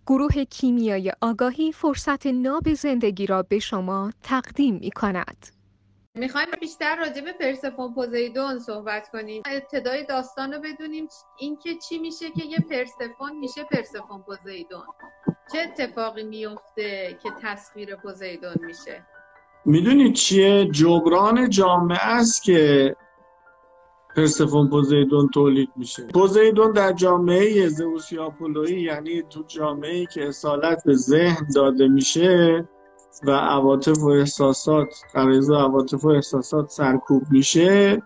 گروه کیمیای آگاهی فرصت ناب زندگی را به شما تقدیم می کند. میخوایم بیشتر راجع به پرسفون پوزیدون صحبت کنیم. ابتدای داستان رو بدونیم این که چی میشه که یه پرسفون میشه پرسفون پوزیدون. چه اتفاقی میفته که تسخیر پوزیدون میشه؟ میدونید چیه؟ جبران جامعه است که پرسفون پوزیدون تولید میشه. پوزیدون در جامعه زئوس یا آپولویی، یعنی تو جامعه‌ای که اصالت به ذهن داده میشه و عواطف و احساسات، غریزه عواطف و احساسات سرکوب میشه،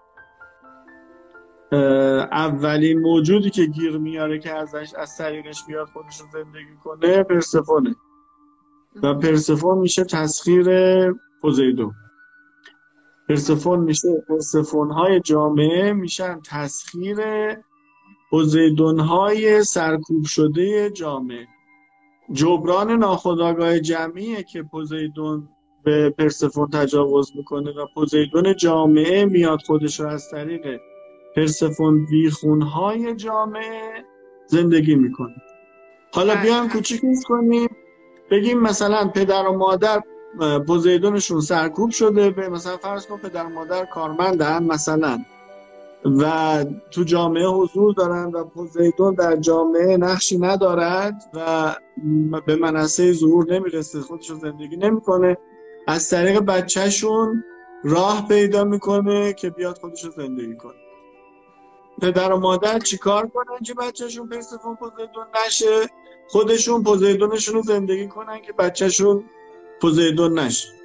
اولین موجودی که گیر میاره که از طریقش بیاد خودش رو زندگی کنه پرسفونه و پرسفون میشه تسخیر پوزیدون. پرسفون میشه، پرسفون های جامعه میشن تسخیر پوزیدون های سرکوب شده جامعه. جبران ناخودآگاه جمعیه که پوزیدون به پرسفون تجاوز میکنه و پوزیدون جامعه میاد خودش رو از طریق پرسفون بیخون های جامعه زندگی میکنه. حالا بیایم کوچیکش کنیم، بگیم مثلا پدر و مادر پوزیدونشون سرکوب شده، به مثلا فرض کن پدر و مادر کارمندن مثلا و تو جامعه حضور دارن و پوزیدون در جامعه نقشی ندارد و به منصه ظهور نمیرسه، خودشو زندگی نمیکنه، از طریق بچهشون راه پیدا میکنه که بیاد خودشو زندگی کنه. پدر و مادر چیکار کنن که بچهشون پرسفون پوزیدون نشه؟ خودشون پوزیدونشون رو زندگی کنن که بچهشون پوزیدون نشه.